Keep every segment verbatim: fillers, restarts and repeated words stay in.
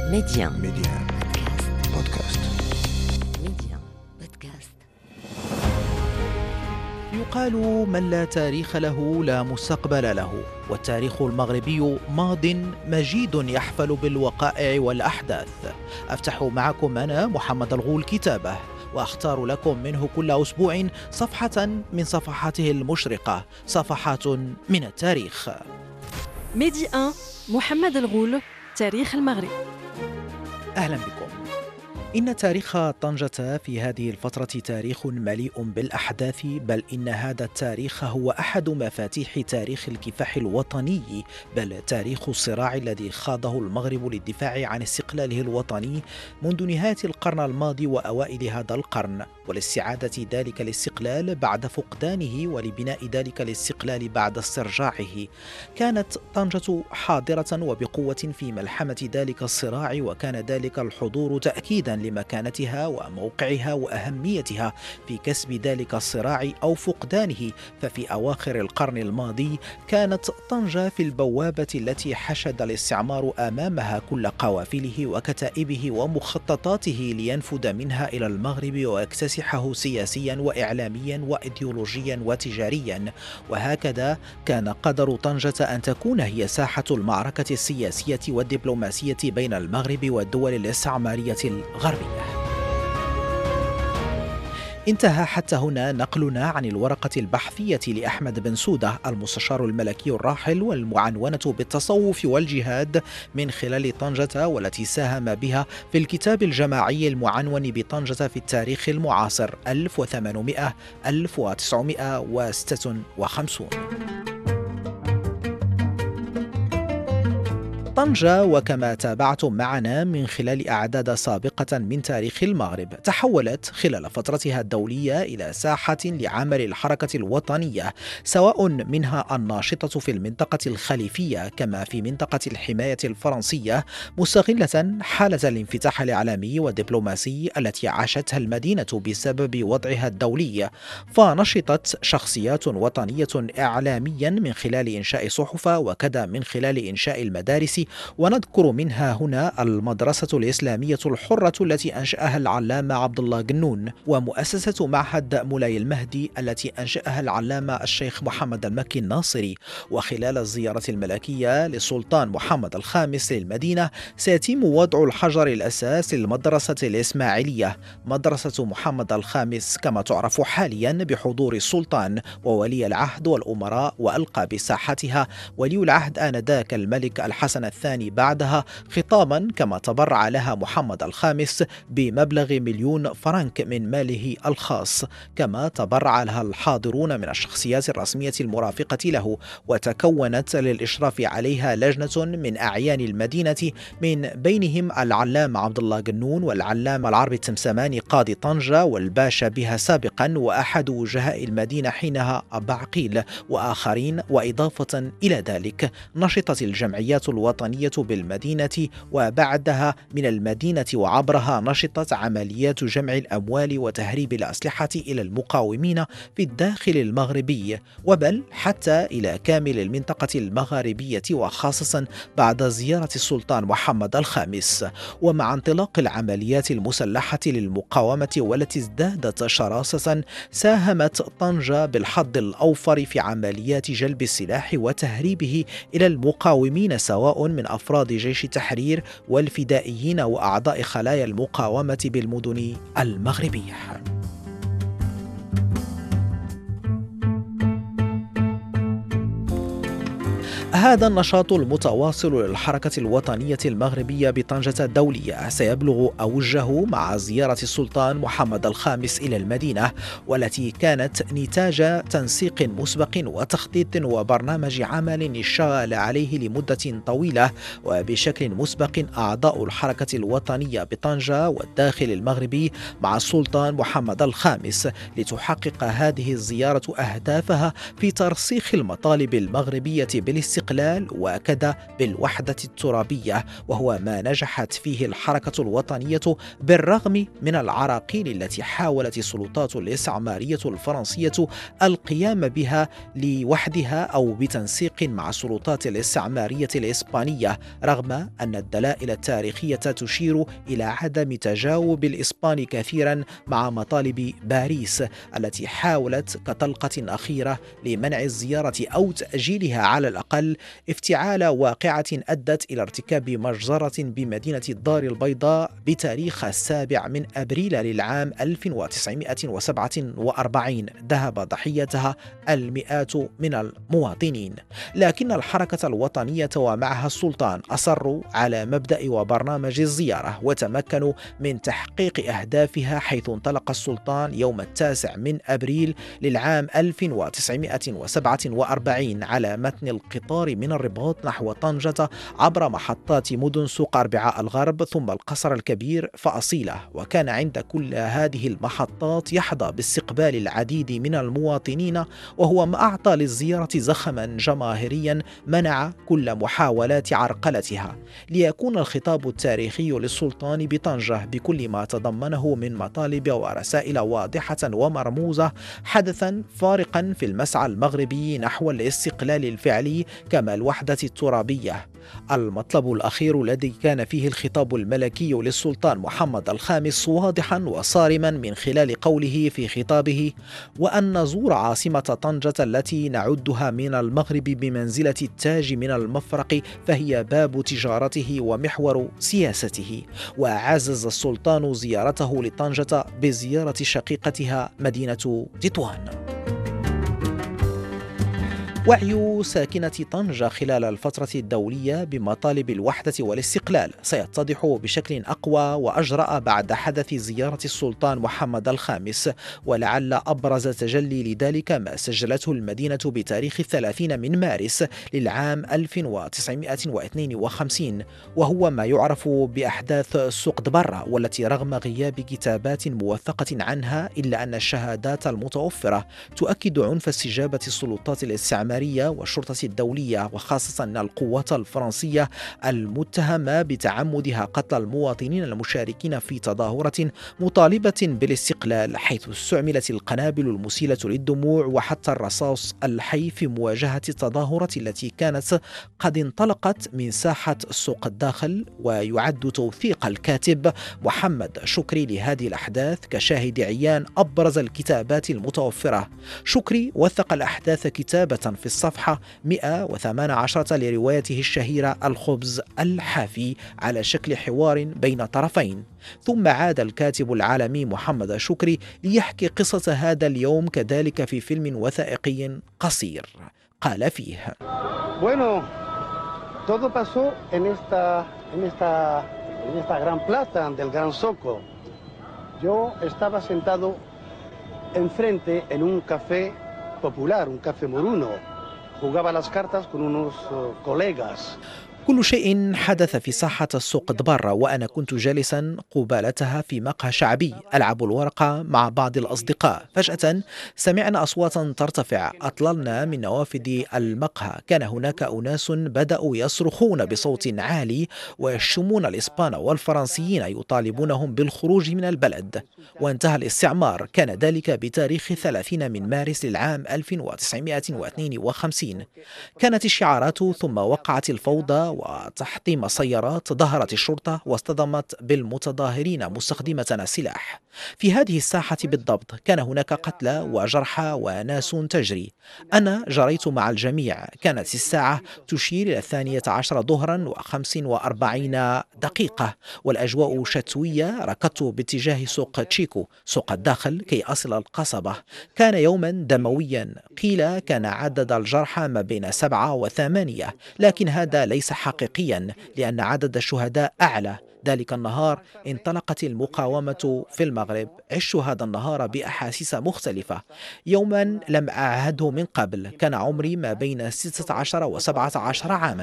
ميديان ميديان بودكاست. ميديان بودكاست. يقال من لا تاريخ له لا مستقبل له، والتاريخ المغربي ماض مجيد يحفل بالوقائع والأحداث. أفتح معكم أنا محمد الغول كتابه، وأختار لكم منه كل أسبوع صفحة من صفحاته المشرقة، صفحات من التاريخ. ميدي واحد محمد الغول، تاريخ المغرب. أهلا بكم. إن تاريخ طنجة في هذه الفترة تاريخ مليء بالأحداث، بل إن هذا التاريخ هو أحد مفاتيح تاريخ الكفاح الوطني، بل تاريخ الصراع الذي خاضه المغرب للدفاع عن استقلاله الوطني منذ نهاية القرن الماضي وأوائل هذا القرن، ولاستعادة ذلك الاستقلال بعد فقدانه ولبناء ذلك الاستقلال بعد استرجاعه. كانت طنجة حاضرة وبقوة في ملحمة ذلك الصراع، وكان ذلك الحضور تأكيدا لمكانتها وموقعها وأهميتها في كسب ذلك الصراع أو فقدانه. ففي أواخر القرن الماضي كانت طنجة في البوابة التي حشد الاستعمار أمامها كل قوافله وكتائبه ومخططاته لينفذ منها إلى المغرب ويكتسحه سياسيا وإعلاميا وإيديولوجيا وتجاريا. وهكذا كان قدر طنجة أن تكون هي ساحة المعركة السياسية والدبلوماسية بين المغرب والدول الاستعمارية الغربية. انتهى حتى هنا نقلنا عن الورقة البحثية لأحمد بن سودة المستشار الملكي الراحل والمعنونة بالتصوف والجهاد من خلال طنجة، والتي ساهم بها في الكتاب الجماعي المعنون بطنجة في التاريخ المعاصر ألف وثمانمائة ألف وتسعمائة وستة وخمسين. طنجة، وكما تابعتم معنا من خلال أعداد سابقة من تاريخ المغرب، تحولت خلال فترتها الدولية إلى ساحة لعمل الحركة الوطنية، سواء منها الناشطة في المنطقة الخليفية كما في منطقة الحماية الفرنسية، مستغلة حالة الانفتاح الإعلامي والدبلوماسي التي عاشتها المدينة بسبب وضعها الدولي. فنشطت شخصيات وطنية إعلاميا من خلال إنشاء صحف، وكذا من خلال إنشاء المدارس، ونذكر منها هنا المدرسة الإسلامية الحرة التي أنشأها العلامة عبد الله جنون، ومؤسسة معهد مولاي المهدي التي أنشأها العلامة الشيخ محمد المكي الناصري. وخلال الزيارة الملكية للسلطان محمد الخامس للمدينة سيتم وضع الحجر الأساس للمدرسة الإسماعيلية، مدرسة محمد الخامس كما تعرف حاليا بحضور السلطان وولي العهد والأمراء، وألقى بساحتها ولي العهد آنذاك الملك الحسن الثاني بعدها خطابا كما تبرع لها محمد الخامس بمبلغ مليون فرنك من ماله الخاص، كما تبرع لها الحاضرون من الشخصيات الرسمية المرافقة له، وتكونت للإشراف عليها لجنة من أعيان المدينة، من بينهم العلامة عبد الله جنون والعلامة العربي التمسماني قاضي طنجة والباشا بها سابقا وأحد وجهاء المدينة حينها أبا عقيل وآخرين. وإضافة إلى ذلك نشطت الجمعيات الوطنية بالمدينة، وبعدها من المدينة وعبرها نشطت عمليات جمع الأموال وتهريب الأسلحة إلى المقاومين في الداخل المغربي، وبل حتى إلى كامل المنطقة المغاربية، وخاصة بعد زيارة السلطان محمد الخامس. ومع انطلاق العمليات المسلحة للمقاومة والتي ازدادت شراسة، ساهمت طنجة بالحظ الأوفر في عمليات جلب السلاح وتهريبه إلى المقاومين، سواء من أفراد جيش التحرير والفدائيين وأعضاء خلايا المقاومة بالمدن المغربية. هذا النشاط المتواصل للحركة الوطنية المغربية بطنجة الدولية سيبلغ أوجه مع زيارة السلطان محمد الخامس إلى المدينة، والتي كانت نتاج تنسيق مسبق وتخطيط وبرنامج عمل اشتغل عليه لمدة طويلة وبشكل مسبق أعضاء الحركة الوطنية بطنجة والداخل المغربي مع السلطان محمد الخامس، لتحقق هذه الزيارة أهدافها في ترسيخ المطالب المغربية بالاستقلال الاستقلال وكذا بالوحدة الترابية، وهو ما نجحت فيه الحركة الوطنية بالرغم من العراقيل التي حاولت السلطات الاستعمارية الفرنسية القيام بها لوحدها أو بتنسيق مع السلطات الاستعمارية الإسبانية، رغم أن الدلائل التاريخية تشير إلى عدم تجاوب الإسبان كثيرا مع مطالب باريس التي حاولت كطلقة أخيرة لمنع الزيارة أو تأجيلها على الأقل، افتعال واقعة أدت إلى ارتكاب مجزرة بمدينة الدار البيضاء بتاريخ السابع من أبريل للعام ألف وتسعمائة وسبعة وأربعين ذهب ضحيتها المئات من المواطنين. لكن الحركة الوطنية ومعها السلطان أصروا على مبدأ وبرنامج الزيارة وتمكنوا من تحقيق أهدافها، حيث انطلق السلطان يوم التاسع من أبريل للعام ألف وتسعمائة وسبعة وأربعين على متن القطار من الرباط نحو طنجة عبر محطات مدن سوق أربعاء الغرب ثم القصر الكبير فأصيلة. وكان عند كل هذه المحطات يحظى باستقبال العديد من المواطنين، وهو ما أعطى للزيارة زخما جماهيريا منع كل محاولات عرقلتها، ليكون الخطاب التاريخي للسلطان بطنجة بكل ما تضمنه من مطالب ورسائل واضحة ومرموزة حدثا فارقا في المسعى المغربي نحو الاستقلال الفعلي كما الوحدة الترابية. المطلب الأخير الذي كان فيه الخطاب الملكي للسلطان محمد الخامس واضحا وصارما من خلال قوله في خطابه: وأن نزور عاصمة طنجة التي نعدها من المغرب بمنزلة التاج من المفرق، فهي باب تجارته ومحور سياسته. وعزز السلطان زيارته لطنجة بزيارة شقيقتها مدينة تطوان. وعي ساكنة طنجة خلال الفترة الدولية بمطالب الوحدة والاستقلال سيتضح بشكل أقوى وأجرأ بعد حدث زيارة السلطان محمد الخامس، ولعل أبرز تجلي لذلك ما سجلته المدينة بتاريخ الثلاثين من مارس للعام ألف وتسعمائة واثنين وخمسين، وهو ما يعرف بأحداث سوق دبرة، والتي رغم غياب كتابات موثقة عنها إلا أن الشهادات المتوفرة تؤكد عنف استجابة السلطات الاستعمارية والشرطة الدولية، وخاصة أن القوات الفرنسية المتهمة بتعمدها قتل المواطنين المشاركين في تظاهرة مطالبة بالاستقلال، حيث استعملت القنابل المسيلة للدموع وحتى الرصاص الحي في مواجهة التظاهرة التي كانت قد انطلقت من ساحة سوق الداخل. ويعد توثيق الكاتب محمد شكري لهذه الأحداث كشاهد عيان أبرز الكتابات المتوفرة. شكري وثق الأحداث كتابة في الصفحة مئة وثمانية عشر لروايته الشهيرة الخبز الحافي على شكل حوار بين طرفين. ثم عاد الكاتب العالمي محمد شكري ليحكي قصة هذا اليوم كذلك في فيلم وثائقي قصير قال فيه: Bueno, todo pasó en esta en esta en esta gran plaza del Gran Zoco. Yo estaba sentado enfrente en un café popular, un café moruno. Jugaba las cartas con unos uh, colegas. كل شيء حدث في ساحة السوق دبارة، وأنا كنت جالسا قبالتها في مقهى شعبي ألعب الورقة مع بعض الأصدقاء. فجأة سمعنا أصواتا ترتفع، أطللنا من نوافذ المقهى، كان هناك أناس بدأوا يصرخون بصوت عالي ويشتمون الإسبان والفرنسيين يطالبونهم بالخروج من البلد. وانتهى الاستعمار. كان ذلك بتاريخ ثلاثين من مارس للعام ألف وتسعمائة واثنين وخمسين. كانت الشعارات ثم وقعت الفوضى وتحطيم سيارات، ظهرت الشرطة واصطدمت بالمتظاهرين مستخدمة السلاح. في هذه الساحة بالضبط كان هناك قتلى وجرحى وناس تجري. أنا جريت مع الجميع. كانت الساعة تشير إلى الثانية عشر ظهرا وخمس وأربعين دقيقة والأجواء شتوية. ركضت باتجاه سوق تشيكو سوق الداخل كي أصل القصبة. كان يوما دمويا، قيل كان عدد الجرحى ما بين سبعة وثمانية، لكن هذا ليس حقيقيا لأن عدد الشهداء أعلى. ذلك النهار انطلقت المقاومة في المغرب. عشت هذا النهار بأحاسيس مختلفة، يوما لم أعهده من قبل. كان عمري ما بين ستة عشر وسبعة عشر عاما.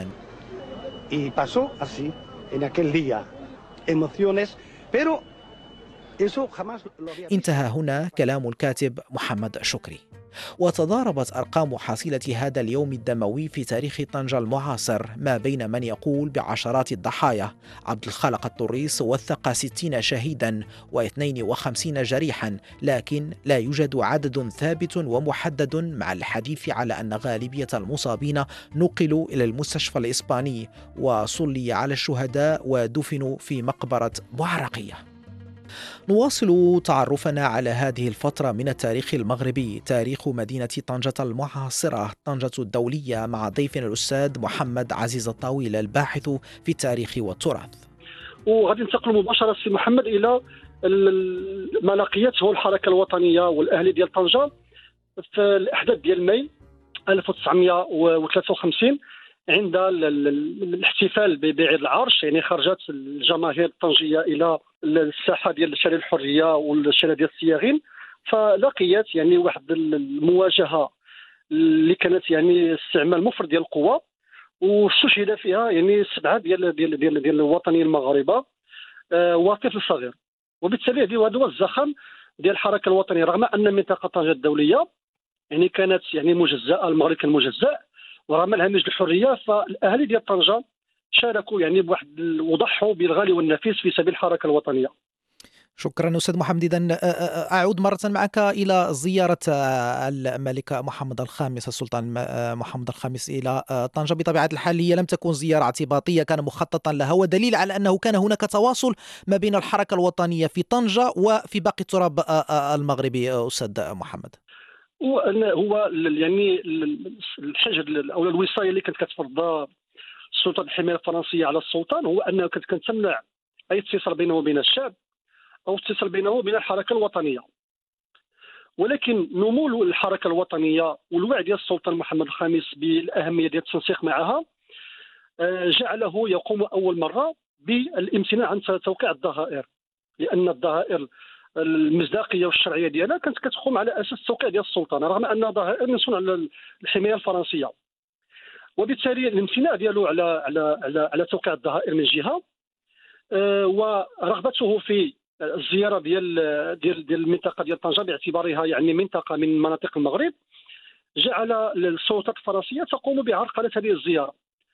انتهى هنا كلام الكاتب محمد شكري. وتضاربت أرقام حصيلة هذا اليوم الدموي في تاريخ طنجة المعاصر ما بين من يقول بعشرات الضحايا. عبد الخالق الطريس وثق ستين شهيدا واثنين وخمسين جريحا، لكن لا يوجد عدد ثابت ومحدد، مع الحديث على أن غالبية المصابين نقلوا إلى المستشفى الإسباني وصلي على الشهداء ودفنوا في مقبرة معرقية. نواصل تعرفنا على هذه الفترة من التاريخ المغربي، تاريخ مدينة طنجة المعاصرة، طنجة الدولية، مع ضيفنا الأستاذ محمد عزيز الطويل الباحث في التاريخ والتراث. وغادي ننتقل مباشرة سي محمد إلى ما لقيته الحركة الوطنية والأهلي ديال طنجة في الأحداث ديال ماي ألف وتسعمائة وثلاثة وخمسين عند الاحتفال بعيد العرش. يعني خرجت الجماهير الطنجية إلى الساحة ديال شارع الحرية والشارع ديال الصياغين، فلقيت يعني واحد المواجهة اللي كانت يعني استعمال مفرط ديال القوة، واستشهد فيها يعني سبعة ديال ديال ديال, ديال الوطنيين المغاربة آه وطفل صغير. وبالتالي هذا هو الزخم ديال الحركة الوطنية، رغم أن منطقة طنجة الدولية يعني كانت يعني مجزأة، المغرب كان مجزأ، ورغم الهامش الحرية فالأهالي ديال طنجة شاركوا يعني بواحد وضحوا بالغالي والنفيس في سبيل الحركة الوطنية. شكرا أستاذ محمد. إذن أعود مرة معك إلى زيارة الملك محمد الخامس، السلطان محمد الخامس إلى طنجة. بطبيعة الحال هي لم تكن زيارة اعتباطية، كان مخططا لها، ودليل على أنه كان هناك تواصل ما بين الحركة الوطنية في طنجة وفي باقي التراب المغربي. أستاذ محمد، هو يعني الحجر او الوصايه اللي كانت كتفرضها السلطه الحمايه الفرنسيه على السلطان هو انها كانت كتمنع اي اتصال بينه وبين الشعب او اتصال بينه وبين الحركه الوطنيه. ولكن نمو الحركه الوطنيه والوعي ديال السلطان محمد الخامس بالاهميه ديال التنسيق معها جعله يقوم اول مره بالامتناع عن توقيع الضغائر، لان الضغائر المصداقيه والشرعيه ديالها كانت كتقوم على اساس التوقيع ديال السلطان، رغم انها ضغائر من صنع الحمايه الفرنسيه. وبالتالي الامتناع ديالو على على على, على توقيع الضغائر من جهه، أه ورغبته في الزياره ديال ديال ديال المنطقه ديال طنجه باعتبارها يعني منطقه من مناطق المغرب، جعل السلطات الفرنسيه تقوم بعرقله هذه الزياره.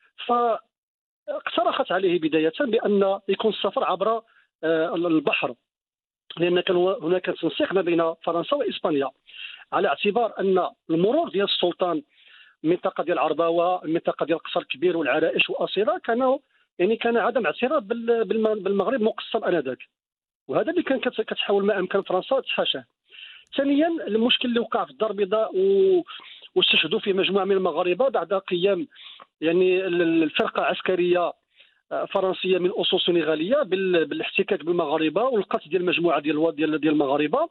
فاقترحت عليه بدايه بان يكون السفر عبر أه البحر، لان كان هناك تنسيق ما بين فرنسا واسبانيا، على اعتبار ان المرور ديال السلطان المنطقه ديال عرباوه، المنطقه ديال القصر الكبير والعرائش واصيله، كان يعني كان عدم اعتراف بالمغرب مقسم انذاك، وهذا اللي كان كتحاول ما امكن فرنسا تحاشاه. ثانيا المشكل اللي وقع في الدار البيضاء واستشهدوا فيه مجموعه من المغاربه بعد قيام يعني الفرقه عسكريه فرنسيه من اصول سنغاليه بالاحتكاك بالمغاربه والقتل ديال مجموعه ديال ديال ديال المغاربه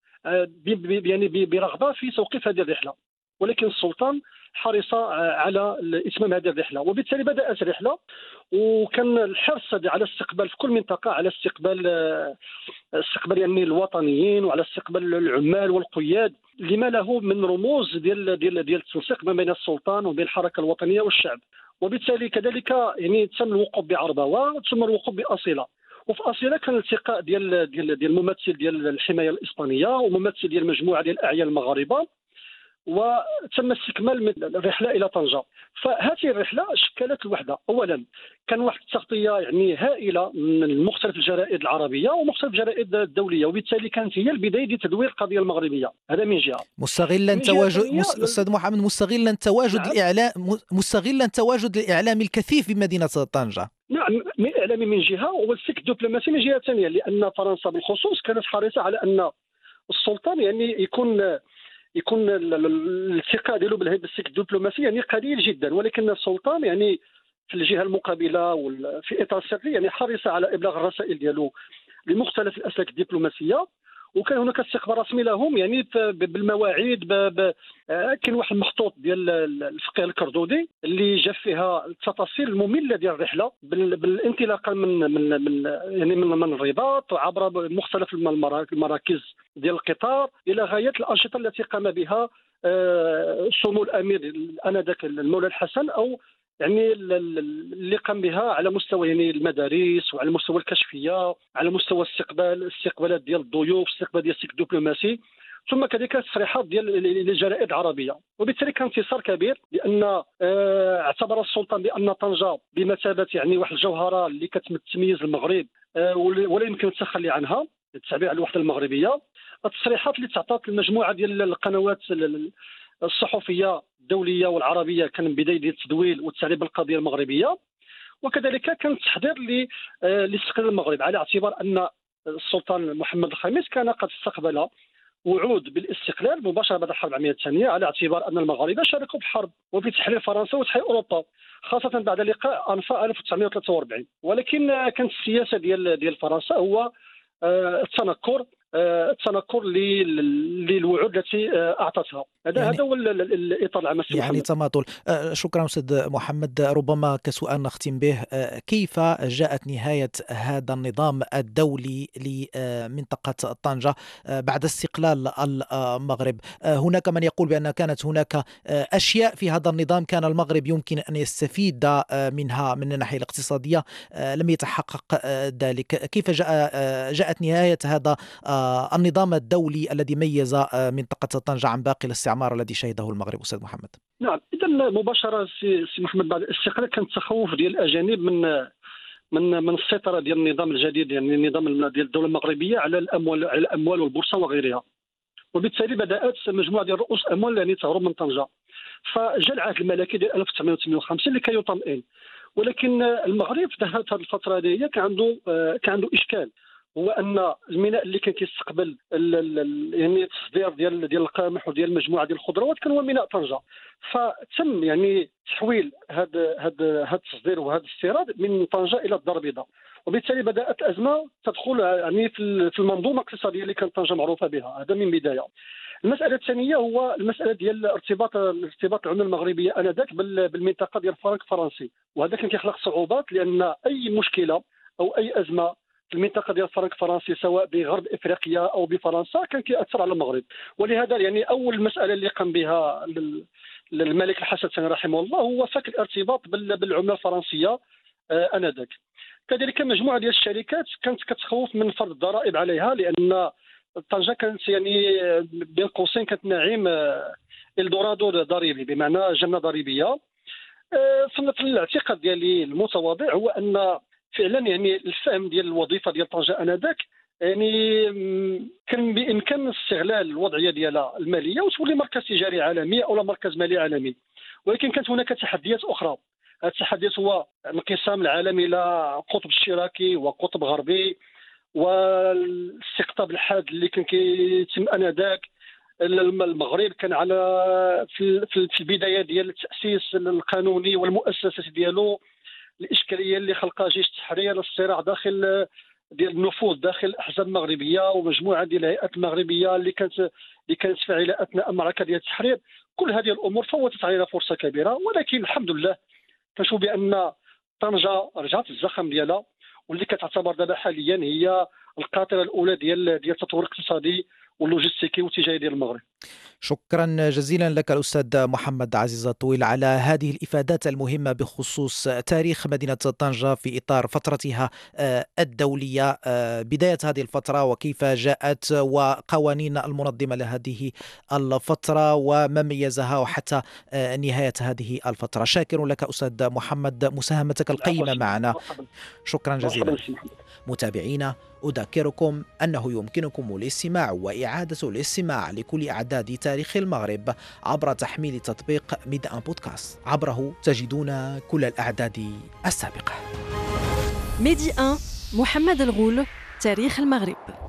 يعني برغبه في توقيف هذه الرحله. ولكن السلطان حرص على اتمام هذه الرحله، وبالتالي بدات الرحله، وكان الحرص على استقبال في كل منطقه على استقبال استقبال يعني الوطنيين وعلى استقبال العمال والقياد لما له من رموز ديال ديال ديال التنسيق ما بين السلطان وبين الحركه الوطنيه والشعب. وبالتالي كذلك يعني تم الوقوف بعرباوه وتم الوقوف باصيله. وفي اصيله كان التقاء ديال ديال ديال الممثل ديال الحمايه الاسبانيه وممثل ديال مجموعه ديال الاعيان المغاربه، وتم استكمال من الرحله الى طنجه. فهذه الرحله شكلت الوحده. اولا كان واحد التغطيه يعني هائله من مختلف الجرائد العربيه ومختلف الجرائد الدوليه، وبالتالي كانت هي البدايه لتدوير القضيه المغربيه. هذا من جهه. مستغلا تواجد مس... استاذ محمد مستغلا تواجد نعم. الاعلام مستغلا تواجد الاعلام الكثيف في مدينه طنجه. نعم، من اعلامي من جهه، والسلك الدبلوماسي من جهه ثانيه، لان فرنسا بالخصوص كانت حريصه على ان السلطان يعني يكون يكون الثقه ديالو بالسلك الدبلوماسي يعني قليل جدا، ولكن السلطان يعني في الجهه المقابله وفي اطار سري يعني حريص على ابلاغ الرسائل ديالو لمختلف الاسلاك الدبلوماسيه، وكان هناك استقبال رسمي لهم يعني بالمواعيد. كاين واحد المخطوط ديال الفقيه الكردودي اللي جاب فيها التفاصيل الممله ديال الرحله بالانطلاقه من من من يعني من, من الرباط عبر مختلف المراكز ديال القطار الى غايه الانشطه التي قام بها سمو الامير انذاك المولى الحسن، او يعني اللي قام بها على مستوى يعني المدارس وعلى مستوى الكشفيه، على مستوى استقبال استقبالات ديال الضيوف، استقبال ديال السلك الدبلوماسي. ثم كذلك تصريحات ديال الجرائد العربيه. وبالتالي كان انتصار كبير، لان اعتبر السلطان بان طنجه بمثابه يعني واحد الجوهره اللي كتميز المغرب ولا يمكن التخلي عنها، التعبير على الوحده المغربيه. التصريحات اللي تعطات المجموعه ديال القنوات الصحفيه الدوليه والعربيه كان بدايه ديال التدويل والتعريب بالقضيه المغربيه، وكذلك كان التحضير لاستقلال المغرب، على اعتبار ان السلطان محمد الخامس كان قد استقبل وعود بالاستقلال مباشره بعد الحرب العالميه الثانيه، على اعتبار ان المغاربه شاركوا بالحرب وفي تحرير فرنسا وتحرير اوروبا، خاصه بعد لقاء انفا ألف وتسعمائة وثلاثة وأربعين. ولكن كانت السياسه ديال ديال فرنسا هو التنكر التنكر للوعود التي اعطتها. هذا يعني هذا هو الاطار العام. يعني تماطل. شكرا استاذ محمد. ربما كسؤال نختم به، كيف جاءت نهايه هذا النظام الدولي لمنطقه طنجه بعد استقلال المغرب؟ هناك من يقول بان كانت هناك اشياء في هذا النظام كان المغرب يمكن ان يستفيد منها من الناحيه الاقتصاديه، لم يتحقق ذلك. كيف جاء جاءت نهايه هذا النظام الدولي الذي ميز منطقة طنجة عن باقي الاستعمار الذي شهده المغرب أستاذ محمد؟ نعم، إذا مباشرة سي محمد بعد الاستقلال كان التخوف ديال الأجانب من من من السيطرة ديال النظام الجديد، يعني النظام ديال الدولة المغربية على الأموال على الأموال والبورصة وغيرها، وبالتالي بدأت مجموعة ديال رؤوس الأموال يعني تهرب من طنجة. فجاء العهد الملكي ديال ألف وتسعمائة وثمانية وخمسين لكي يطمئن، ولكن المغرب في هذه الفترة هذه كان عنده كان عنده إشكال، هو ان الميناء اللي كان كيستقبل يعني التصدير ديال ديال القمح وديال المجموعه ديال الخضروات كان هو ميناء طنجه. فتم يعني تحويل هذا هذا هذا التصدير وهذا الاستيراد من طنجه الى الدار البيضاء، وبالتالي بدات ازمه تدخل يعني في المنظومه الاقتصاديه اللي كانت طنجه معروفه بها. هذا من بدايه. المساله الثانيه هو المساله ديال ارتباط ارتباط العمله المغربيه انذاك بالمنطقه ديال الفرنك الفرنسي، وهذا كان كيخلق صعوبات، لان اي مشكله او اي ازمه في المنطقه ديال الفرنك الفرنسي سواء بغرب افريقيا او بفرنسا كان كيأثر على المغرب. ولهذا يعني اول مساله اللي قام بها الملك الحسن الثاني رحمه الله هو فك الارتباط بالعمله الفرنسيه انذاك. كذلك مجموعه ديال الشركات كانت كتخوف من فرض الضرائب عليها، لان طنجه كانت يعني بين قوسين كانت نعيم الدورادو ضريبي، بمعنى جنه ضريبيه. في الاعتقاد ديالي المتواضع هو ان فعلا يعني الفهم ديال الوظيفه ديال طنجه انذاك يعني كان بامكان استغلال الوضعيه ديالها الماليه وتولي مركز تجاري عالمي او مركز مالي عالمي. ولكن كانت هناك تحديات اخرى. هذه التحديات هو انقسام العالم الى قطب اشتراكي وقطب غربي، والاستقطاب الحاد اللي كان كيتم انذاك. المغرب كان على في البدايه ديال التاسيس القانوني والمؤسسات ديالو، الاشكاليه اللي خلقها جيش التحرير، الصراع داخل ديال النفوذ داخل الاحزاب المغربيه ومجموعه ديال الهيئات المغربيه اللي كانت اللي كانت فاعله اثناء المعركه ديال التحرير. كل هذه الامور فوتت علينا فرصه كبيره، ولكن الحمد لله كنشوف بان طنجه رجعت الزخم ديالها، واللي كتعتبر دابا حاليا هي القاطره الاولى ديال ديال التطور الاقتصادي واللوجستيكي والتجاري ديال المغرب. شكرا جزيلا لك الأستاذ محمد عزيز الطويل على هذه الإفادات المهمة بخصوص تاريخ مدينة طنجة في إطار فترتها الدولية، بداية هذه الفترة وكيف جاءت وقوانين المنظمة لهذه الفترة وما ميزها وحتى نهاية هذه الفترة. شاكر لك أستاذ محمد مساهمتك القيمة معنا، شكرا جزيلا. متابعينا، أذكركم أنه يمكنكم الاستماع وإعادة الاستماع لكل أعداد تاريخ المغرب عبر تحميل تطبيق ميدي أن بودكاست. عبره تجدون كل الأعداد السابقة. ميدي أن، محمد الغول، تاريخ المغرب.